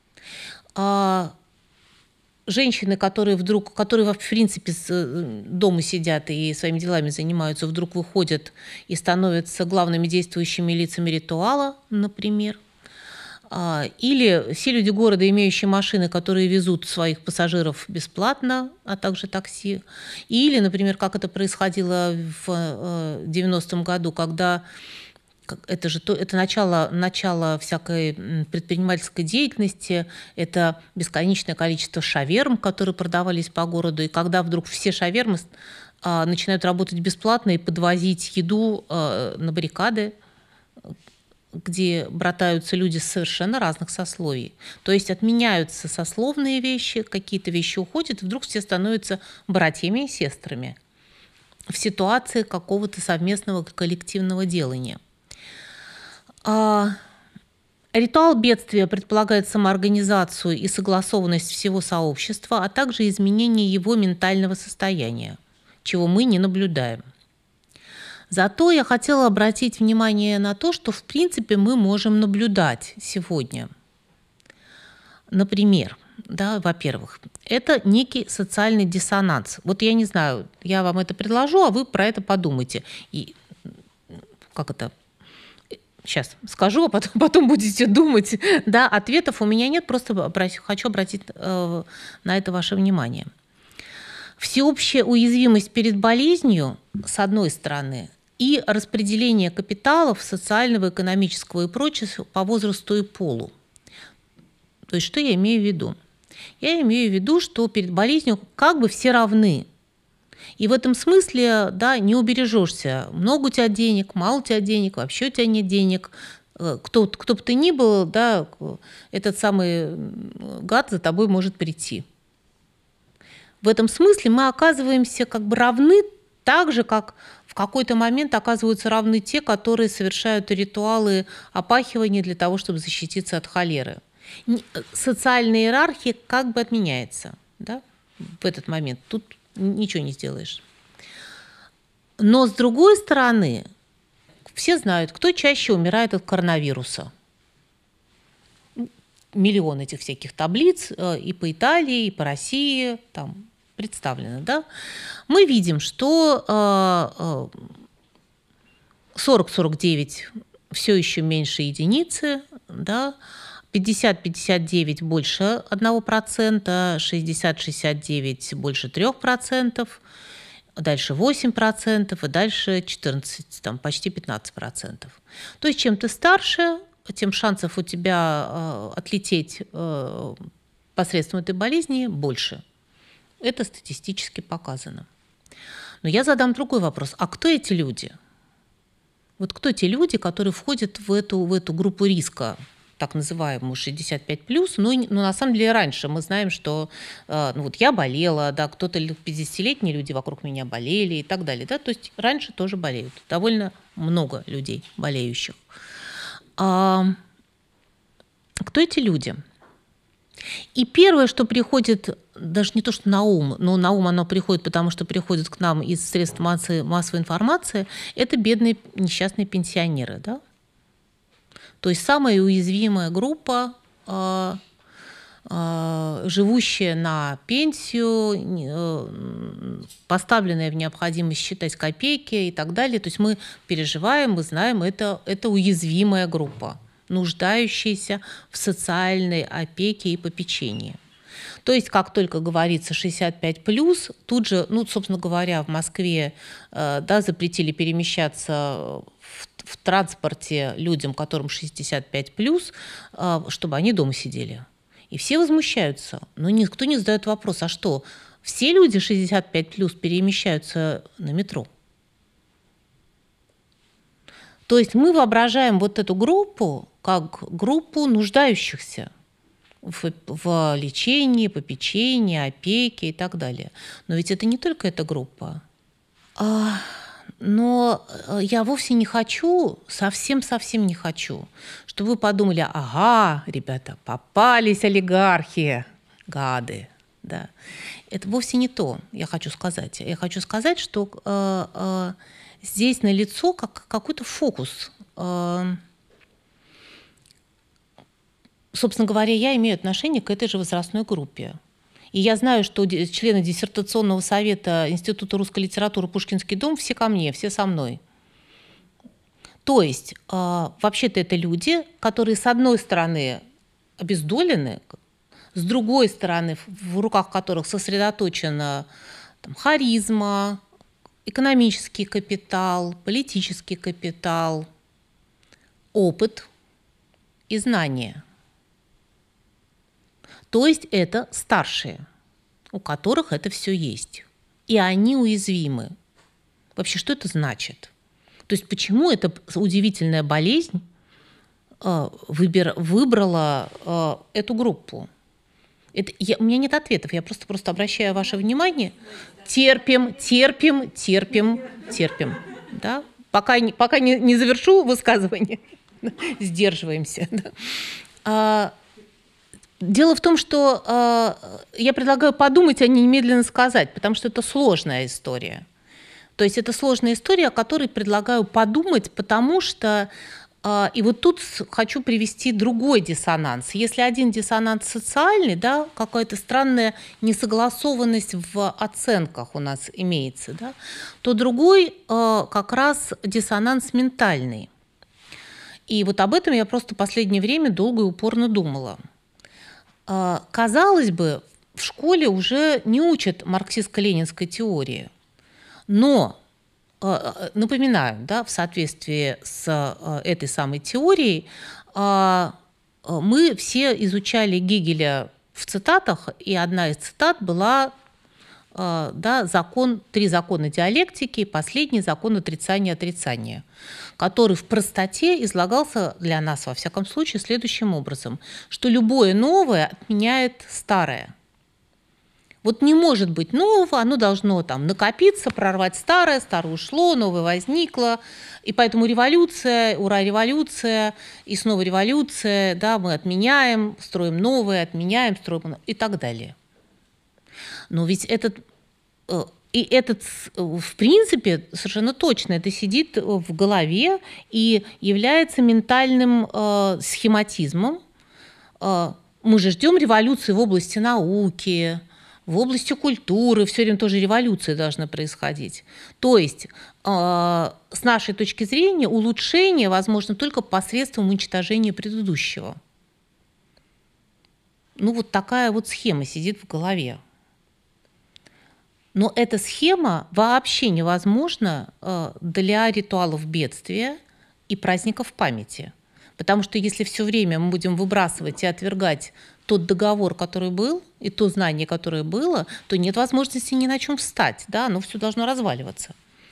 Женщины, которые в принципе дома сидят и своими делами занимаются, вдруг выходят и становятся главными действующими лицами ритуала, например. Или все люди города, имеющие машины, которые везут своих пассажиров бесплатно, а также такси. Или, например, как это происходило в 90-м году, когда это начало всякой предпринимательской деятельности, это бесконечное количество шаверм, которые продавались по городу, и когда вдруг все шавермы начинают работать бесплатно и подвозить еду на баррикады, где братаются люди совершенно разных сословий. То есть отменяются сословные вещи, какие-то вещи уходят, и вдруг все становятся братьями и сестрами в ситуации какого-то совместного коллективного делания. Ритуал бедствия предполагает самоорганизацию и согласованность всего сообщества, а также изменение его ментального состояния, чего мы не наблюдаем. Зато я хотела обратить внимание на то, что в принципе мы можем наблюдать сегодня. Например, во-первых, это некий социальный диссонанс. Вот я не знаю, я вам это предложу, а вы про это подумайте. И сейчас скажу, а потом будете думать. Да, ответов у меня нет, просто хочу обратить на это ваше внимание. Всеобщая уязвимость перед болезнью, с одной стороны, и распределение капиталов социального, экономического и прочего по возрасту и полу. То есть что я имею в виду? Я имею в виду, что перед болезнью как бы все равны. И в этом смысле, не убережешься. Много у тебя денег, мало у тебя денег, вообще у тебя нет денег. Кто бы ты ни был, этот самый гад за тобой может прийти. В этом смысле мы оказываемся как бы равны так же, как в какой-то момент оказываются равны те, которые совершают ритуалы опахивания для того, чтобы защититься от холеры. Социальная иерархия как бы отменяется в этот момент. Тут ничего не сделаешь. Но с другой стороны, все знают, кто чаще умирает от коронавируса. Миллион этих всяких таблиц и по Италии, и по России там представлено. Мы видим, что 40-49 все еще меньше единицы, 50-59 больше 1%, 60-69 больше 3%, дальше 8% и дальше 14%, почти 15%. То есть чем ты старше, тем шансов у тебя отлететь посредством этой болезни больше. Это статистически показано. Но я задам другой вопрос. А кто эти люди? Вот кто те люди, которые входят в эту группу риска, так называемую 65+, но на самом деле раньше мы знаем, что я болела, кто-то 50-летние люди вокруг меня болели и так далее. То есть раньше тоже болеют. Довольно много людей болеющих. Кто эти люди? И первое, что приходит, даже не то, что на ум, но на ум оно приходит, потому что приходит к нам из средств массовой информации, это бедные несчастные пенсионеры. То есть самая уязвимая группа, живущая на пенсию, поставленная в необходимость считать копейки и так далее. То есть мы переживаем, мы знаем, это уязвимая группа, нуждающаяся в социальной опеке и попечении. То есть, как только говорится 65+, тут же, собственно говоря, в Москве запретили перемещаться в транспорте людям, которым 65+, чтобы они дома сидели. И все возмущаются, но никто не задает вопрос, а что, все люди 65+ перемещаются на метро? То есть мы воображаем вот эту группу как группу нуждающихся в лечении, попечении, опеке и так далее. Но ведь это не только эта группа. Но я вовсе не хочу, совсем не хочу, чтобы вы подумали: ага, ребята, попались олигархи, гады. Да. Это вовсе не то, я хочу сказать. Я хочу сказать, что здесь налицо какой-то фокус. Собственно говоря, я имею отношение к этой же возрастной группе. И я знаю, что члены диссертационного совета Института русской литературы «Пушкинский дом» все ко мне, все со мной. То есть, вообще-то это люди, которые, с одной стороны, обездолены, с другой стороны, в руках которых сосредоточена харизма, экономический капитал, политический капитал, опыт и знания. То есть это старшие, у которых это все есть. И они уязвимы. Вообще, что это значит? То есть почему эта удивительная болезнь выбрала эту группу? У меня нет ответов, я просто обращаю ваше внимание. Терпим. Да? Пока не завершу высказывание, сдерживаемся. Да? Дело в том, что я предлагаю подумать, а не немедленно сказать, потому что это сложная история. То есть это сложная история, о которой предлагаю подумать, потому что... И вот тут хочу привести другой диссонанс. Если один диссонанс социальный, да, какая-то странная несогласованность в оценках у нас имеется, да, то другой как раз диссонанс ментальный. И вот об этом я просто в последнее время долго и упорно думала. Казалось бы, в школе уже не учат марксистско-ленинской теории, но, напоминаю, да, в соответствии с этой самой теорией, мы все изучали Гегеля в цитатах, и одна из цитат была, да, три закона диалектики, последний закон отрицания, который в простоте излагался для нас, во всяком случае, следующим образом, что любое новое отменяет старое. Вот не может быть нового, оно должно там накопиться, прорвать старое ушло, новое возникло, и поэтому революция, ура, революция, и снова революция, да, мы отменяем, строим новое, отменяем, строим и так далее. Но ведь этот, в принципе, совершенно точно, это сидит в голове и является ментальным схематизмом. Мы же ждем революции в области науки, в области культуры, все время тоже революция должна происходить. То есть, с нашей точки зрения, улучшение возможно только посредством уничтожения предыдущего. Ну, вот такая вот схема сидит в голове. Но эта схема вообще невозможна для ритуалов бедствия и праздников памяти. Потому что если все время мы будем выбрасывать и отвергать тот договор, который был, и то знание, которое было, то нет возможности ни на чем встать. Да? Оно все должно разваливаться.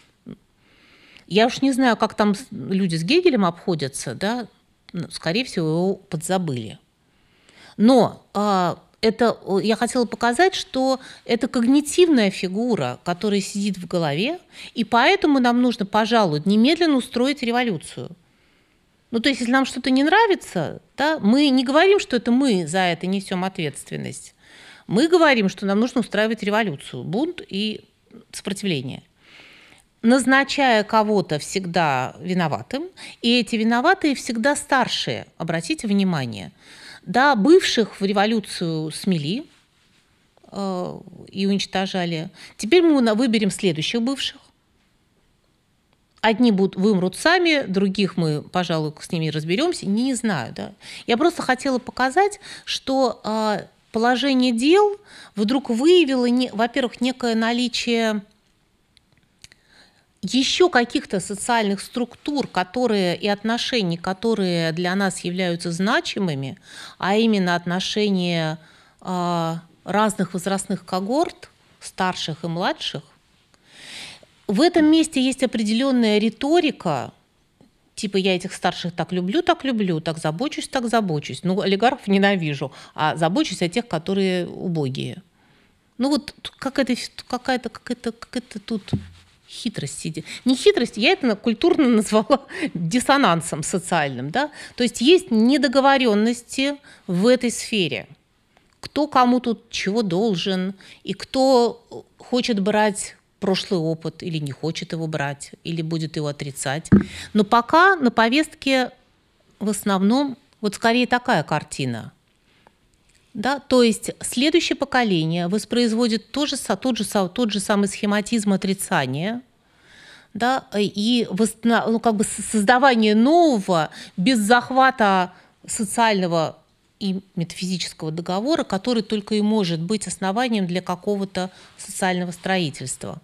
Я уж не знаю, как там люди с Гегелем обходятся, да? Скорее всего, его подзабыли. Но я хотела показать, что это когнитивная фигура, которая сидит в голове, и поэтому нам нужно, пожалуй, немедленно устроить революцию. Ну, то есть, если нам что-то не нравится, да, мы не говорим, что это мы за это несем ответственность. Мы говорим, что нам нужно устраивать революцию, бунт и сопротивление, назначая кого-то всегда виноватым, и эти виноватые всегда старшие, обратите внимание. Да, бывших в революцию смели и уничтожали. Теперь мы выберем следующих бывших. Одни вымрут сами, других мы, пожалуй, с ними разберемся. Не знаю. Да. Я просто хотела показать, что положение дел вдруг выявило, во-первых, некое наличие еще каких-то социальных структур, и отношений, которые для нас являются значимыми, а именно отношения разных возрастных когорт, старших и младших. В этом месте есть определенная риторика, типа я этих старших так люблю, так забочусь, так забочусь. Ну, олигархов ненавижу, а забочусь о тех, которые убогие. Ну вот какая-то тут хитрость сидит. Не хитрость, я это культурно назвала диссонансом социальным. Да? То есть есть недоговоренности в этой сфере. Кто кому тут чего должен, и кто хочет брать прошлый опыт или не хочет его брать, или будет его отрицать. Но пока на повестке в основном вот скорее такая картина. Да? То есть следующее поколение воспроизводит тот же самый схематизм отрицания, да, и создавание нового без захвата социального и метафизического договора, который только и может быть основанием для какого-то социального строительства.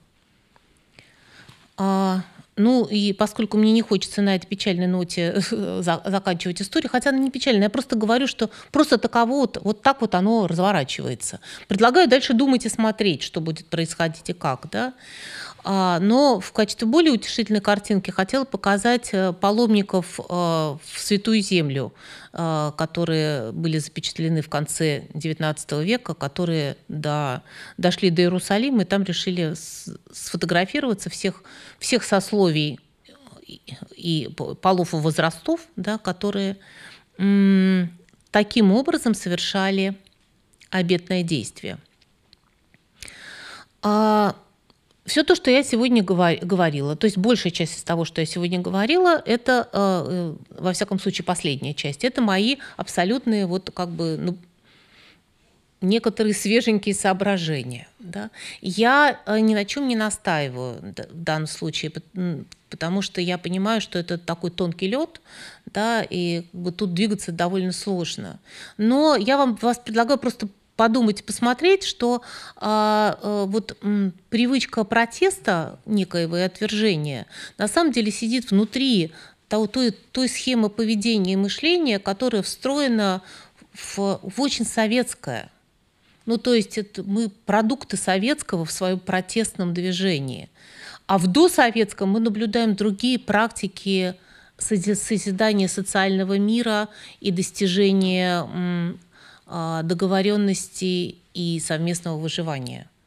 Ну и поскольку мне не хочется на этой печальной ноте заканчивать историю, хотя она не печальная, я просто говорю, что просто таково вот так вот оно разворачивается. Предлагаю дальше думать и смотреть, что будет происходить и как. Да? Но в качестве более утешительной картинки хотела показать паломников в Святую Землю, которые были запечатлены в конце XIX века, которые дошли до Иерусалима и там решили сфотографироваться всех сословий и полов и возрастов, да, которые таким образом совершали обетное действие. Все то, что я сегодня говорила, то есть большая часть из того, что я сегодня говорила, это, во всяком случае, последняя часть, это мои абсолютные некоторые свеженькие соображения. Да? Я ни на чем не настаиваю в данном случае, потому что я понимаю, что это такой тонкий лед, да, и тут двигаться довольно сложно. Но я вас предлагаю просто подумать и посмотреть, что привычка протеста некоего и отвержения на самом деле сидит внутри той схемы поведения и мышления, которая встроена в очень советское. Ну, то есть мы продукты советского в своем протестном движении. А в досоветском мы наблюдаем другие практики созидания социального мира и достижения договоренности и совместного выживания.